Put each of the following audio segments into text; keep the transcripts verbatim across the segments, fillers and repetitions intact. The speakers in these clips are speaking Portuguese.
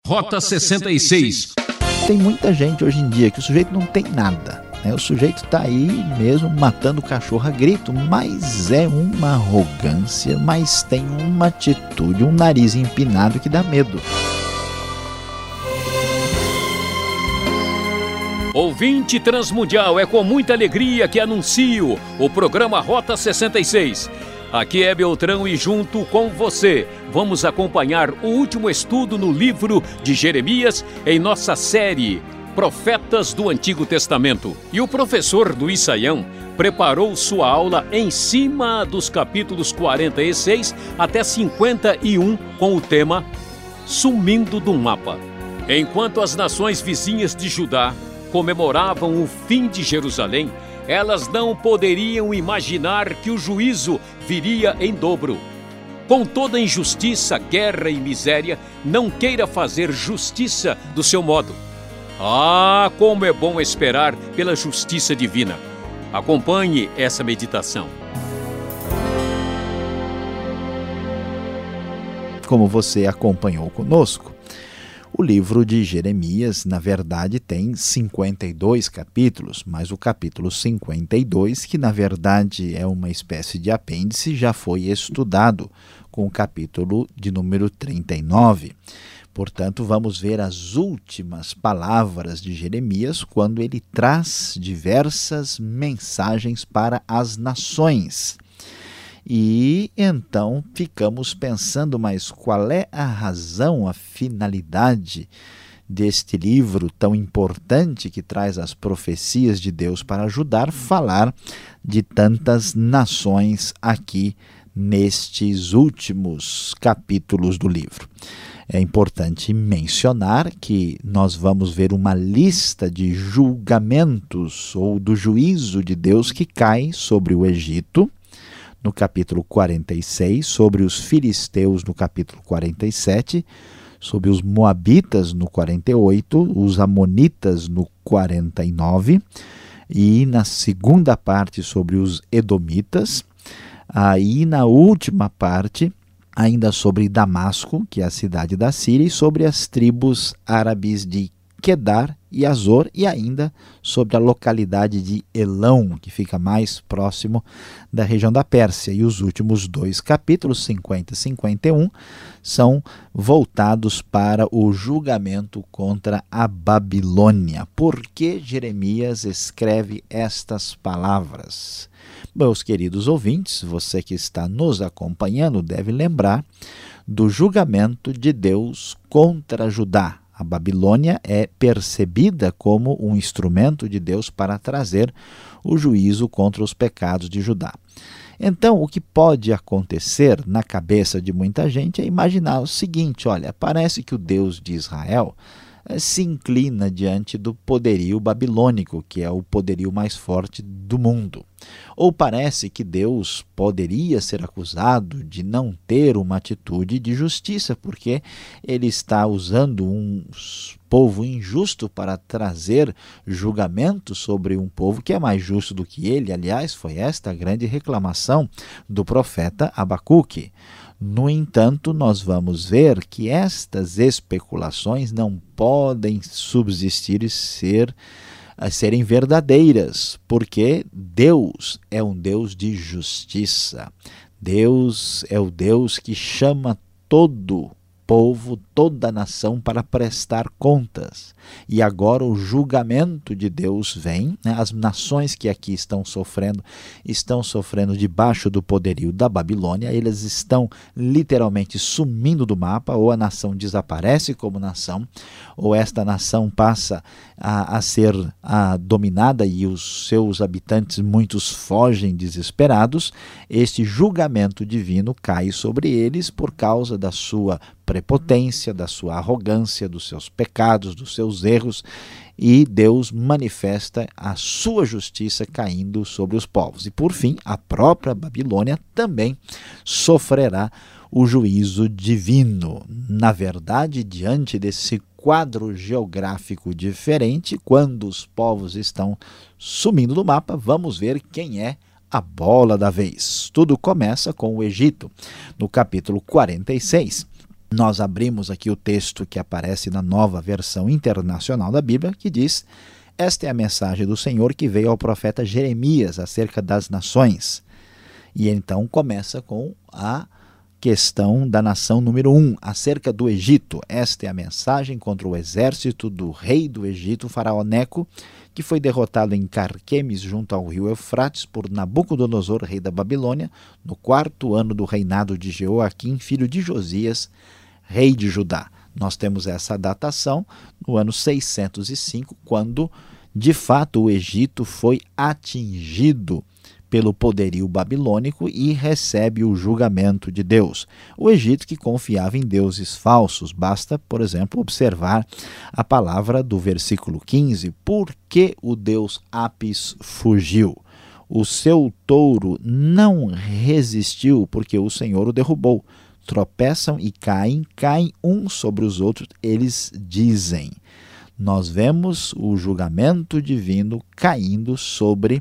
Rota sessenta e seis. Tem muita gente hoje em dia que o sujeito não tem nada, né? O sujeito está aí mesmo matando o cachorro a grito, mas é uma arrogância, mas tem uma atitude, um nariz empinado que dá medo. Ouvinte Transmundial, é com muita alegria que anuncio o programa Rota sessenta e seis. Aqui é Beltrão e junto com você vamos acompanhar o último estudo no livro de Jeremias em nossa série Profetas do Antigo Testamento. E o professor Luiz Saião preparou sua aula em cima dos capítulos quarenta e seis até cinquenta e um com o tema Sumindo do Mapa. Enquanto as nações vizinhas de Judá comemoravam o fim de Jerusalém, elas não poderiam imaginar que o juízo viria em dobro. Com toda injustiça, guerra e miséria, não queira fazer justiça do seu modo. Ah, como é bom esperar pela justiça divina. Acompanhe essa meditação. Como você acompanhou conosco, o livro de Jeremias, na verdade, tem cinquenta e dois capítulos, mas o capítulo cinquenta e dois, que na verdade é uma espécie de apêndice, já foi estudado com o capítulo de número trinta e nove. Portanto, vamos ver as últimas palavras de Jeremias quando ele traz diversas mensagens para as nações. E então ficamos pensando, mas qual é a razão, a finalidade deste livro tão importante que traz as profecias de Deus para ajudar a falar de tantas nações aqui nestes últimos capítulos do livro? É importante mencionar que nós vamos ver uma lista de julgamentos ou do juízo de Deus que cai sobre o Egito, no capítulo quarenta e seis, sobre os filisteus no capítulo quarenta e sete, sobre os moabitas no quarenta e oito, os amonitas no quarenta e nove, e na segunda parte sobre os edomitas, aí na última parte ainda sobre Damasco, que é a cidade da Síria, e sobre as tribos árabes de Quedar e Azor, e ainda sobre a localidade de Elão, que fica mais próximo da região da Pérsia. E os últimos dois capítulos, cinquenta e cinquenta e um, são voltados para o julgamento contra a Babilônia. Por que Jeremias escreve estas palavras? Meus queridos ouvintes, você que está nos acompanhando deve lembrar do julgamento de Deus contra Judá. A Babilônia é percebida como um instrumento de Deus para trazer o juízo contra os pecados de Judá. Então, o que pode acontecer na cabeça de muita gente é imaginar o seguinte: olha, parece que o Deus de Israel eh, se inclina diante do poderio babilônico, que é o poderio mais forte do mundo. Ou parece que Deus poderia ser acusado de não ter uma atitude de justiça, porque ele está usando um povo injusto para trazer julgamento sobre um povo que é mais justo do que ele. Aliás, foi esta a grande reclamação do profeta Abacuque. No entanto, nós vamos ver que estas especulações não podem subsistir e ser a serem verdadeiras, porque Deus é um Deus de justiça. Deus é o Deus que chama todo povo, toda nação para prestar contas. E agora o julgamento de Deus vem, né? As nações que aqui estão sofrendo, estão sofrendo debaixo do poderio da Babilônia, eles estão literalmente sumindo do mapa, ou a nação desaparece como nação, ou esta nação passa a, a ser a, dominada e os seus habitantes, muitos fogem desesperados. Este julgamento divino cai sobre eles por causa da sua prepotência, da sua arrogância, dos seus pecados, dos seus erros, e Deus manifesta a sua justiça caindo sobre os povos. E por fim, a própria Babilônia também sofrerá o juízo divino. Na verdade, diante desse quadro geográfico diferente, quando os povos estão sumindo do mapa, vamos ver quem é a bola da vez. Tudo começa com o Egito. No capítulo quarenta e seis, Nós abrimos aqui o texto que aparece na Nova Versão Internacional da Bíblia, que diz: esta é a mensagem do Senhor que veio ao profeta Jeremias acerca das nações. E então começa com a questão da nação número um, acerca do Egito. Esta é a mensagem contra o exército do rei do Egito, Faraó Neco, que foi derrotado em Carquemes, junto ao rio Eufrates, por Nabucodonosor, rei da Babilônia, no quarto ano do reinado de Jeoaquim, filho de Josias, rei de Judá. Nós temos essa datação no ano seiscentos e cinco, quando, de fato, o Egito foi atingido pelo poderio babilônico e recebe o julgamento de Deus. O Egito que confiava em deuses falsos. Basta, por exemplo, observar a palavra do versículo quinze. Por que o deus Apis fugiu? O seu touro não resistiu, porque o Senhor o derrubou. Tropeçam e caem, caem uns sobre os outros, eles dizem. Nós vemos o julgamento divino caindo sobre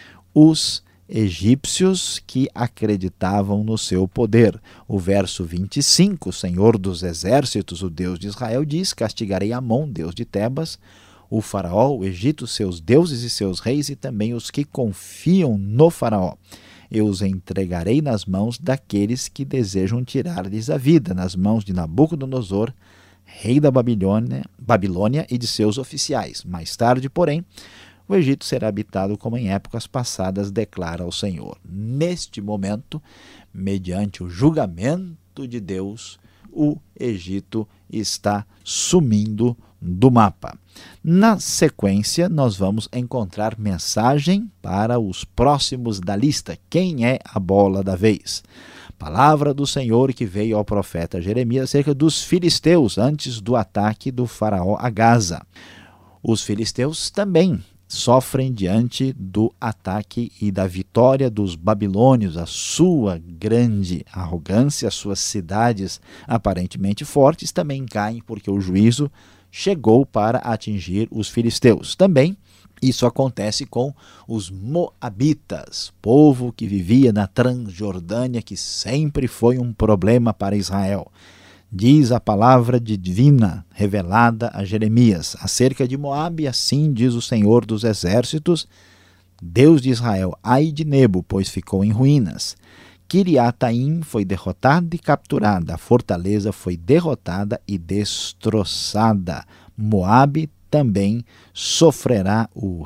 os egípcios que acreditavam no seu poder. O verso vinte e cinco, o Senhor dos exércitos, o Deus de Israel, diz: castigarei Amon, Deus de Tebas, o faraó, o Egito, seus deuses e seus reis, e também os que confiam no faraó. Eu os entregarei nas mãos daqueles que desejam tirar-lhes a vida, nas mãos de Nabucodonosor, rei da Babilônia, Babilônia e de seus oficiais. Mais tarde, porém, o Egito será habitado como em épocas passadas, declara o Senhor. Neste momento, mediante o julgamento de Deus, o Egito está sumindo do mapa. Na sequência, nós vamos encontrar mensagem para os próximos da lista. Quem é a bola da vez? Palavra do Senhor que veio ao profeta Jeremias acerca dos filisteus antes do ataque do faraó a Gaza. Os filisteus também sofrem diante do ataque e da vitória dos babilônios, a sua grande arrogância, as suas cidades aparentemente fortes também caem, porque o juízo chegou para atingir os filisteus. Também isso acontece com os moabitas, povo que vivia na Transjordânia, que sempre foi um problema para Israel. Diz a palavra divina revelada a Jeremias acerca de Moabe: assim diz o Senhor dos exércitos, Deus de Israel: ai de Nebo, pois ficou em ruínas. Kiriataim foi derrotada e capturada, a fortaleza foi derrotada e destroçada. Moabe também sofrerá o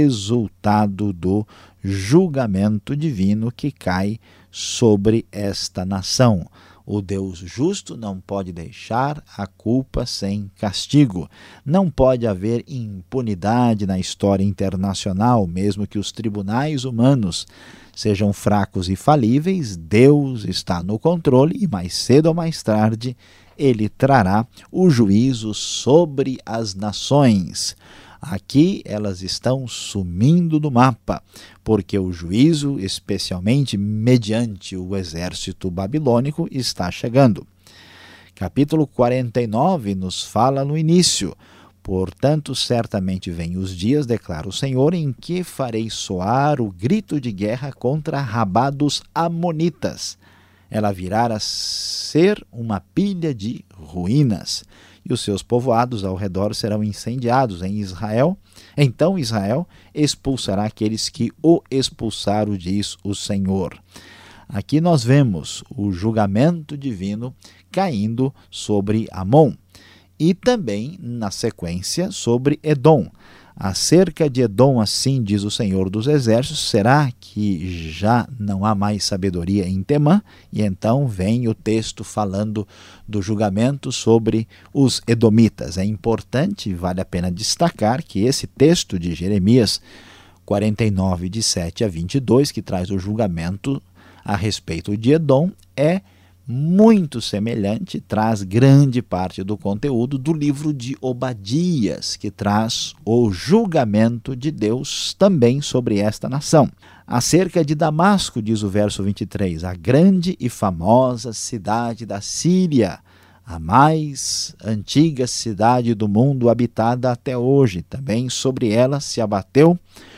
resultado do julgamento divino que cai sobre esta nação. O Deus justo não pode deixar a culpa sem castigo. Não pode haver impunidade na história internacional, mesmo que os tribunais humanos sejam fracos e falíveis. Deus está no controle e mais cedo ou mais tarde ele trará o juízo sobre as nações. Aqui elas estão sumindo do mapa, porque o juízo, especialmente mediante o exército babilônico, está chegando. Capítulo quarenta e nove nos fala no início: portanto, certamente vêm os dias, declara o Senhor, em que farei soar o grito de guerra contra Rabá dos amonitas. Ela virá a ser uma pilha de ruínas, e os seus povoados ao redor serão incendiados em Israel. Então Israel expulsará aqueles que o expulsaram, diz o Senhor. Aqui nós vemos o julgamento divino caindo sobre Amon e também, na sequência, sobre Edom. Acerca de Edom, assim diz o Senhor dos exércitos: será que já não há mais sabedoria em Temã? E então vem o texto falando do julgamento sobre os edomitas. É importante, vale a pena destacar que esse texto de Jeremias quarenta e nove, de sete a vinte e dois, que traz o julgamento a respeito de Edom, é muito semelhante, traz grande parte do conteúdo do livro de Obadias, que traz o julgamento de Deus também sobre esta nação. Acerca de Damasco, diz o verso vinte e três, a grande e famosa cidade da Síria, a mais antiga cidade do mundo habitada até hoje, também sobre ela se abateu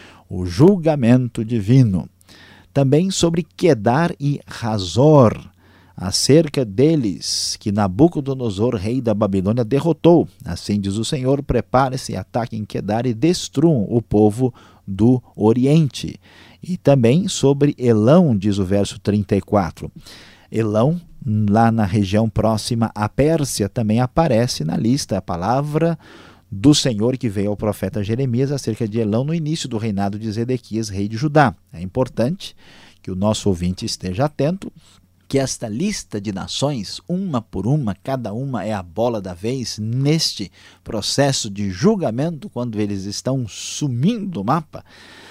o julgamento divino. Também sobre Quedar e Razor, acerca deles que Nabucodonosor, rei da Babilônia, derrotou. Assim diz o Senhor: prepare-se, ataquem Quedar e destruam o povo do Oriente. E também sobre Elão, diz o verso trinta e quatro. Elão, lá na região próxima à Pérsia, também aparece na lista a palavra do Senhor que veio ao profeta Jeremias acerca de Elão no início do reinado de Zedequias, rei de Judá. É importante que o nosso ouvinte esteja atento, que esta lista de nações, uma por uma, cada uma é a bola da vez neste processo de julgamento, quando eles estão sumindo do mapa.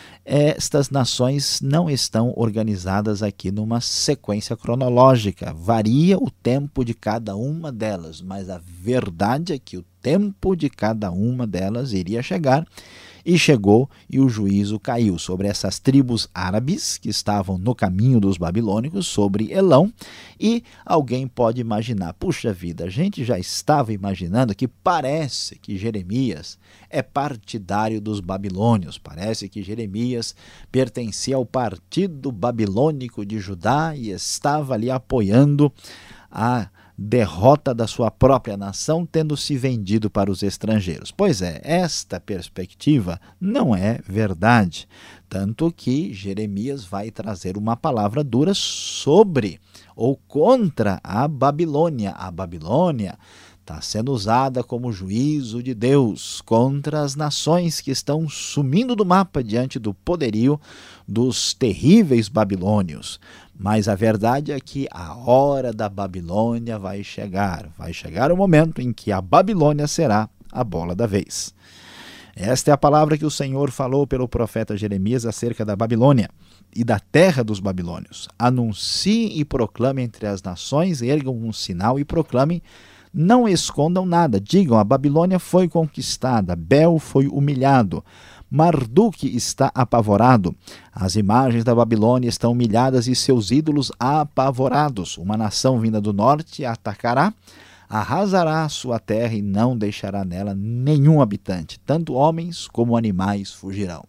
Estas nações não estão organizadas aqui numa sequência cronológica. Varia o tempo de cada uma delas, mas a verdade é que o tempo de cada uma delas iria chegar, e chegou, e o juízo caiu sobre essas tribos árabes que estavam no caminho dos babilônicos, sobre Elão. E alguém pode imaginar, puxa vida, a gente já estava imaginando que parece que Jeremias é partidário dos babilônios, parece que Jeremias pertencia ao partido babilônico de Judá e estava ali apoiando a derrota da sua própria nação, tendo se vendido para os estrangeiros. Pois é, esta perspectiva não é verdade, tanto que Jeremias vai trazer uma palavra dura sobre ou contra a Babilônia. A Babilônia está sendo usada como juízo de Deus contra as nações que estão sumindo do mapa diante do poderio dos terríveis babilônios. Mas a verdade é que a hora da Babilônia vai chegar. Vai chegar o momento em que a Babilônia será a bola da vez. Esta é a palavra que o Senhor falou pelo profeta Jeremias acerca da Babilônia e da terra dos babilônios. Anunciem e proclamem entre as nações, ergam um sinal e proclamem. Não escondam nada, digam: a Babilônia foi conquistada, Bel foi humilhado, Marduk está apavorado, as imagens da Babilônia estão humilhadas e seus ídolos apavorados. Uma nação vinda do norte atacará, arrasará sua terra e não deixará nela nenhum habitante, tanto homens como animais fugirão.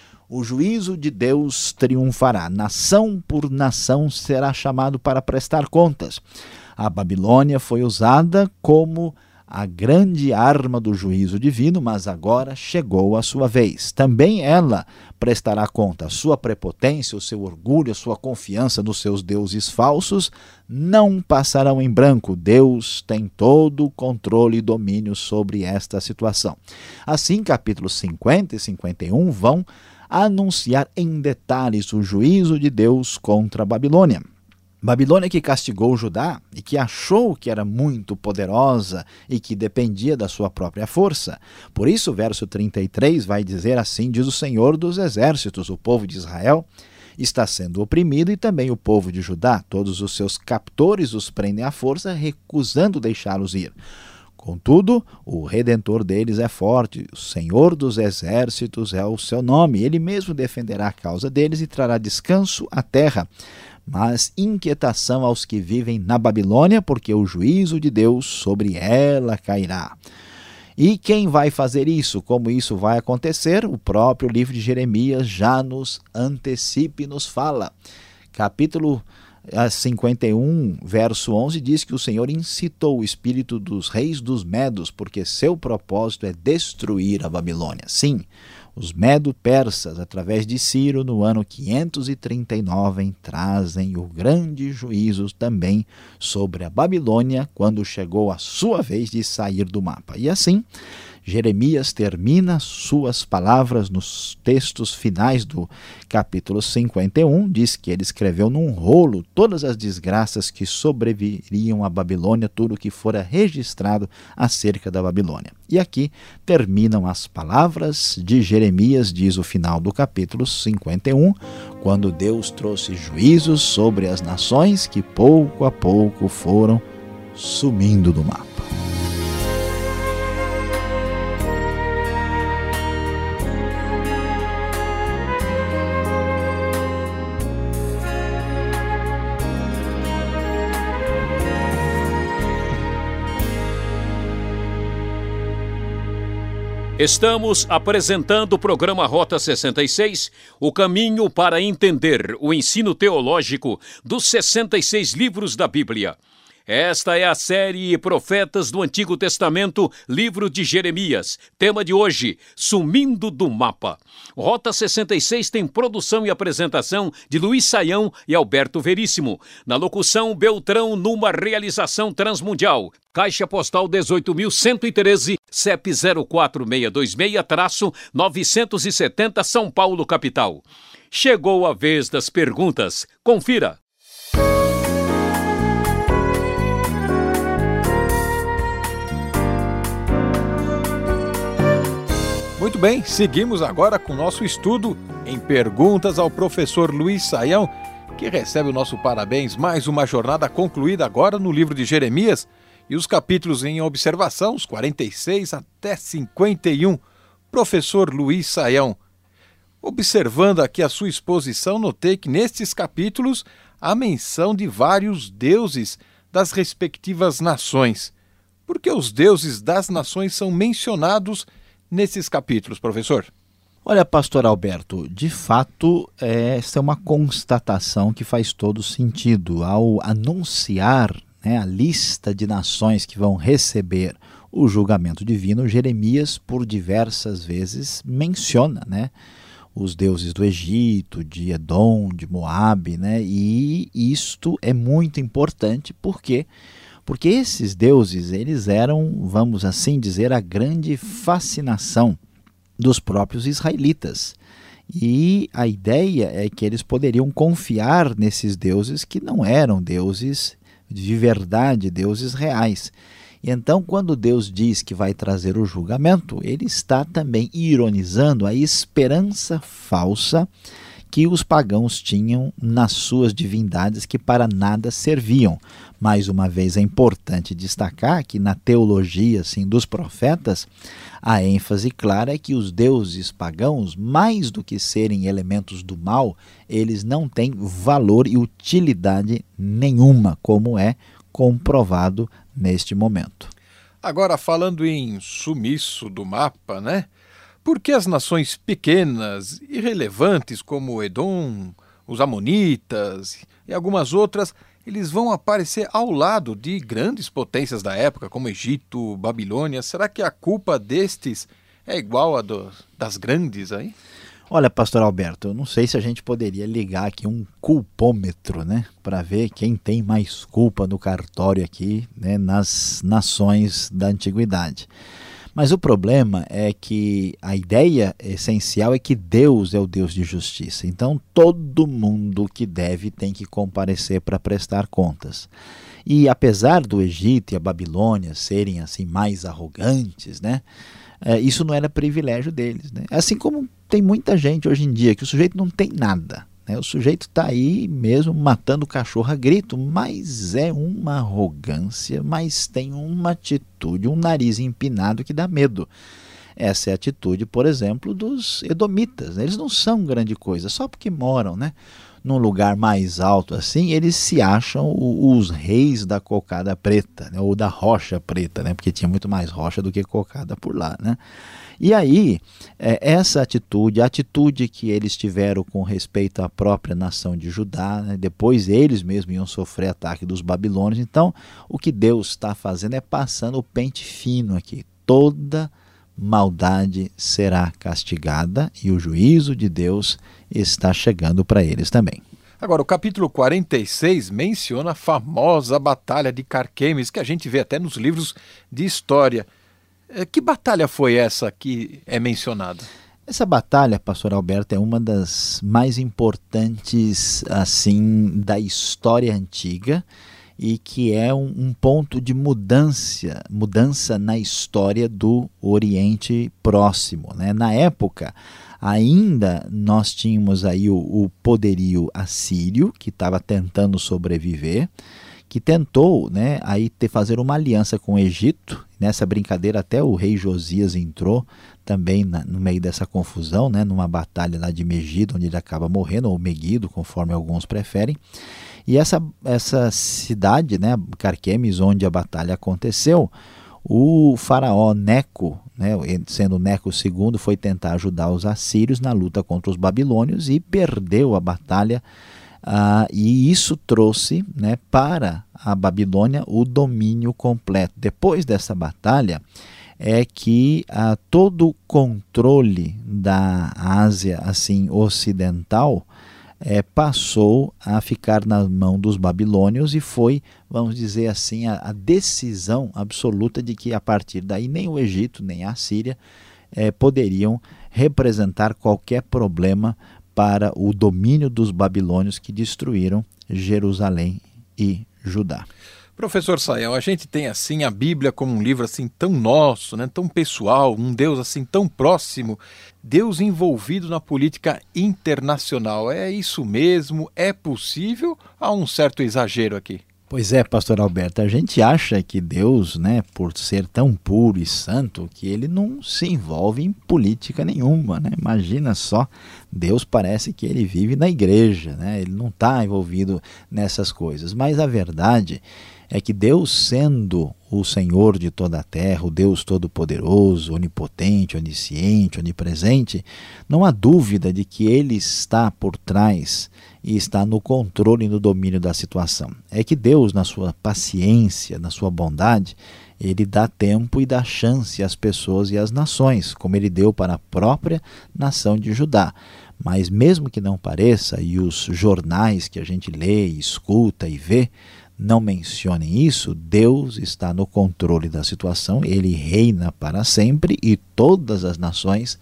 O juízo de Deus triunfará, nação por nação será chamado para prestar contas. A Babilônia foi usada como a grande arma do juízo divino, mas agora chegou a sua vez. Também ela prestará conta. A sua prepotência, o seu orgulho, a sua confiança nos seus deuses falsos não passarão em branco. Deus tem todo o controle e domínio sobre esta situação. Assim, capítulos cinquenta e cinquenta e um vão anunciar em detalhes o juízo de Deus contra a Babilônia. Babilônia que castigou Judá e que achou que era muito poderosa e que dependia da sua própria força. Por isso, o verso trinta e três vai dizer: assim diz o Senhor dos Exércitos, o povo de Israel está sendo oprimido e também o povo de Judá. Todos os seus captores os prendem à força, recusando deixá-los ir. Contudo, o Redentor deles é forte, o Senhor dos Exércitos é o seu nome. Ele mesmo defenderá a causa deles e trará descanso à terra, mas inquietação aos que vivem na Babilônia, porque o juízo de Deus sobre ela cairá. E quem vai fazer isso? Como isso vai acontecer? O próprio livro de Jeremias já nos antecipa e nos fala. Capítulo cinquenta e um, verso onze, diz que o Senhor incitou o espírito dos reis dos Medos, porque seu propósito é destruir a Babilônia. Sim, os Medo-Persas, através de Ciro, no ano quinhentos e trinta e nove, trazem o grande juízo também sobre a Babilônia, quando chegou a sua vez de sair do mapa. E assim, Jeremias termina suas palavras nos textos finais do capítulo cinquenta e um, diz que ele escreveu num rolo todas as desgraças que sobreviriam à Babilônia, tudo que fora registrado acerca da Babilônia. E aqui terminam as palavras de Jeremias, diz o final do capítulo cinquenta e um, quando Deus trouxe juízos sobre as nações que pouco a pouco foram sumindo do mapa. Estamos apresentando o programa Rota sessenta e seis, o caminho para entender o ensino teológico dos sessenta e seis livros da Bíblia. Esta é a série Profetas do Antigo Testamento, livro de Jeremias. Tema de hoje, Sumindo do Mapa. Rota sessenta e seis tem produção e apresentação de Luiz Saião e Alberto Veríssimo. Na locução, Beltrão, numa realização transmundial. Caixa Postal dezoito mil cento e treze, C E P zero quatro seis dois seis, novecentos e setenta, São Paulo, capital. Chegou a vez das perguntas. Confira. Muito bem, seguimos agora com o nosso estudo em perguntas ao professor Luiz Saião, que recebe o nosso parabéns. Mais uma jornada concluída agora no livro de Jeremias e os capítulos em observação, os quarenta e seis até cinquenta e um. Professor Luiz Saião, observando aqui a sua exposição, notei que nestes capítulos há menção de vários deuses das respectivas nações. Por que os deuses das nações são mencionados nesses capítulos, professor? Olha, pastor Alberto, de fato, essa é uma constatação que faz todo sentido. Ao anunciar, né, a lista de nações que vão receber o julgamento divino, Jeremias, por diversas vezes, menciona, né, os deuses do Egito, de Edom, de Moabe, né, e isto é muito importante porque Porque esses deuses, eles eram, vamos assim dizer, a grande fascinação dos próprios israelitas. E a ideia é que eles poderiam confiar nesses deuses que não eram deuses de verdade, deuses reais. E então, quando Deus diz que vai trazer o julgamento, ele está também ironizando a esperança falsa que os pagãos tinham nas suas divindades que para nada serviam. Mais uma vez é importante destacar que na teologia assim, dos profetas, a ênfase clara é que os deuses pagãos, mais do que serem elementos do mal, eles não têm valor e utilidade nenhuma, como é comprovado neste momento. Agora, falando em sumiço do mapa, né? Por que as nações pequenas, irrelevantes como Edom, os Amonitas e algumas outras, eles vão aparecer ao lado de grandes potências da época, como Egito, Babilônia? Será que a culpa destes é igual a do, das grandes aí? Olha, pastor Alberto, eu não sei se a gente poderia ligar aqui um culpômetro, né, para ver quem tem mais culpa no cartório aqui, né, nas nações da antiguidade. Mas o problema é que a ideia essencial é que Deus é o Deus de justiça. Então, todo mundo que deve tem que comparecer para prestar contas. E apesar do Egito e a Babilônia serem assim mais arrogantes, né, é, isso não era privilégio deles, né? Assim como tem muita gente hoje em dia que o sujeito não tem nada. O sujeito está aí mesmo matando cachorro a grito, mas é uma arrogância, mas tem uma atitude, um nariz empinado que dá medo. Essa é a atitude, por exemplo, dos edomitas. Eles não são grande coisa, só porque moram, né, num lugar mais alto assim, eles se acham os reis da cocada preta, né, ou da rocha preta, né, porque tinha muito mais rocha do que cocada por lá, né? E aí, essa atitude, a atitude que eles tiveram com respeito à própria nação de Judá, né? Depois eles mesmos iam sofrer ataque dos babilônios. Então, o que Deus está fazendo é passando o pente fino aqui. Toda maldade será castigada e o juízo de Deus está chegando para eles também. Agora, o capítulo quarenta e seis menciona a famosa Batalha de Carquemes, que a gente vê até nos livros de história. Que batalha foi essa que é mencionada? Essa batalha, pastor Alberto, é uma das mais importantes assim da história antiga e que é um, um ponto de mudança, mudança na história do Oriente Próximo, né? Na época, ainda nós tínhamos aí o, o poderio assírio, que estava tentando sobreviver, que tentou, né, aí ter, fazer uma aliança com o Egito. Nessa brincadeira até o rei Josias entrou também na, no meio dessa confusão, né, numa batalha lá de Megido, onde ele acaba morrendo, ou Megido, conforme alguns preferem. E essa, essa cidade, né, Carquemes, onde a batalha aconteceu, o faraó Neco, né, sendo Neco segundo, foi tentar ajudar os assírios na luta contra os babilônios e perdeu a batalha. Ah, e isso trouxe, né, para a Babilônia o domínio completo. Depois dessa batalha é que ah, todo o controle da Ásia assim, ocidental é, passou a ficar na mão dos babilônios e foi, vamos dizer assim, a, a decisão absoluta de que a partir daí nem o Egito nem a Síria é, poderiam representar qualquer problema para o domínio dos babilônios que destruíram Jerusalém e Judá. Professor Sayão, a gente tem assim a Bíblia como um livro assim tão nosso, né, tão pessoal, um Deus assim tão próximo, Deus envolvido na política internacional. É isso mesmo? É possível? Há um certo exagero aqui. Pois é, pastor Alberto, a gente acha que Deus, né, por ser tão puro e santo, que ele não se envolve em política nenhuma, né? Imagina só, Deus parece que ele vive na igreja, né? Ele não está envolvido nessas coisas, mas a verdade é que Deus, sendo o Senhor de toda a terra, o Deus todo-poderoso, onipotente, onisciente, onipresente, não há dúvida de que ele está por trás e está no controle e no domínio da situação. É que Deus, na sua paciência, na sua bondade, ele dá tempo e dá chance às pessoas e às nações, como ele deu para a própria nação de Judá. Mas mesmo que não pareça, e os jornais que a gente lê, escuta e vê, não mencionem isso, Deus está no controle da situação, ele reina para sempre e todas as nações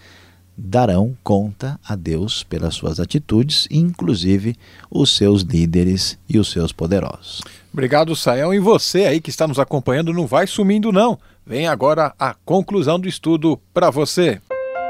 darão conta a Deus pelas suas atitudes, inclusive os seus líderes e os seus poderosos. Obrigado, Sayão. E você aí que está nos acompanhando, não vai sumindo não. Vem agora a conclusão do estudo para você.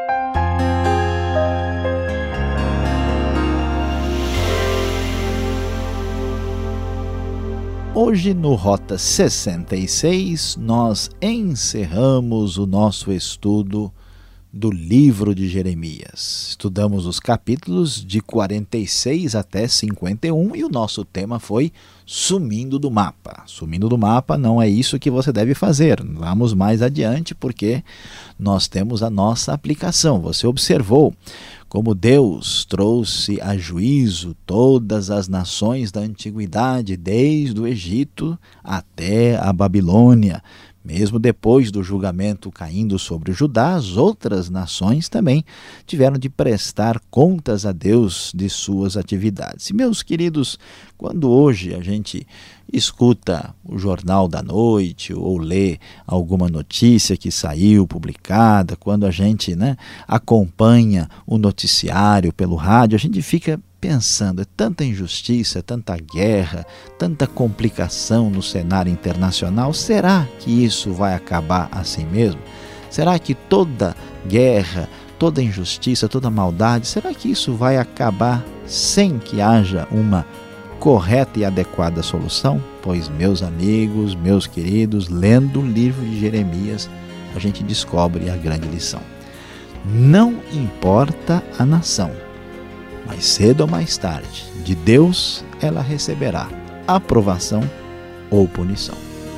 Hoje no Rota sessenta e seis nós encerramos o nosso estudo do livro de Jeremias. Estudamos os capítulos de quarenta e seis até cinquenta e um e o nosso tema foi sumindo do mapa. Sumindo do mapa não é isso que você deve fazer. Vamos mais adiante porque nós temos a nossa aplicação. Você observou como Deus trouxe a juízo todas as nações da antiguidade, desde o Egito até a Babilônia. Mesmo depois do julgamento caindo sobre Judá, as outras nações também tiveram de prestar contas a Deus de suas atividades. E, meus queridos, quando hoje a gente escuta o Jornal da Noite ou lê alguma notícia que saiu publicada, quando a gente, né, acompanha o noticiário pelo rádio, a gente fica pensando, é tanta injustiça, tanta guerra, tanta complicação no cenário internacional, será que isso vai acabar assim mesmo? Será que toda guerra, toda injustiça, toda maldade, será que isso vai acabar sem que haja uma correta e adequada solução? Pois, meus amigos, meus queridos, lendo o livro de Jeremias, a gente descobre a grande lição. Não importa a nação, mais cedo ou mais tarde, de Deus ela receberá aprovação ou punição.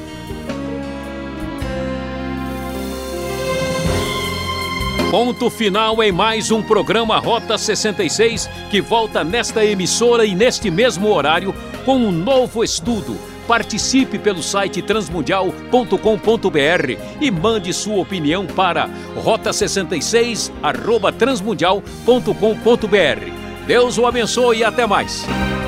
Ponto final em mais um programa Rota sessenta e seis, que volta nesta emissora e neste mesmo horário com um novo estudo. Participe pelo site transmundial ponto com ponto br e mande sua opinião para rota sessenta e seis arroba transmundial ponto com ponto br. Deus o abençoe e até mais.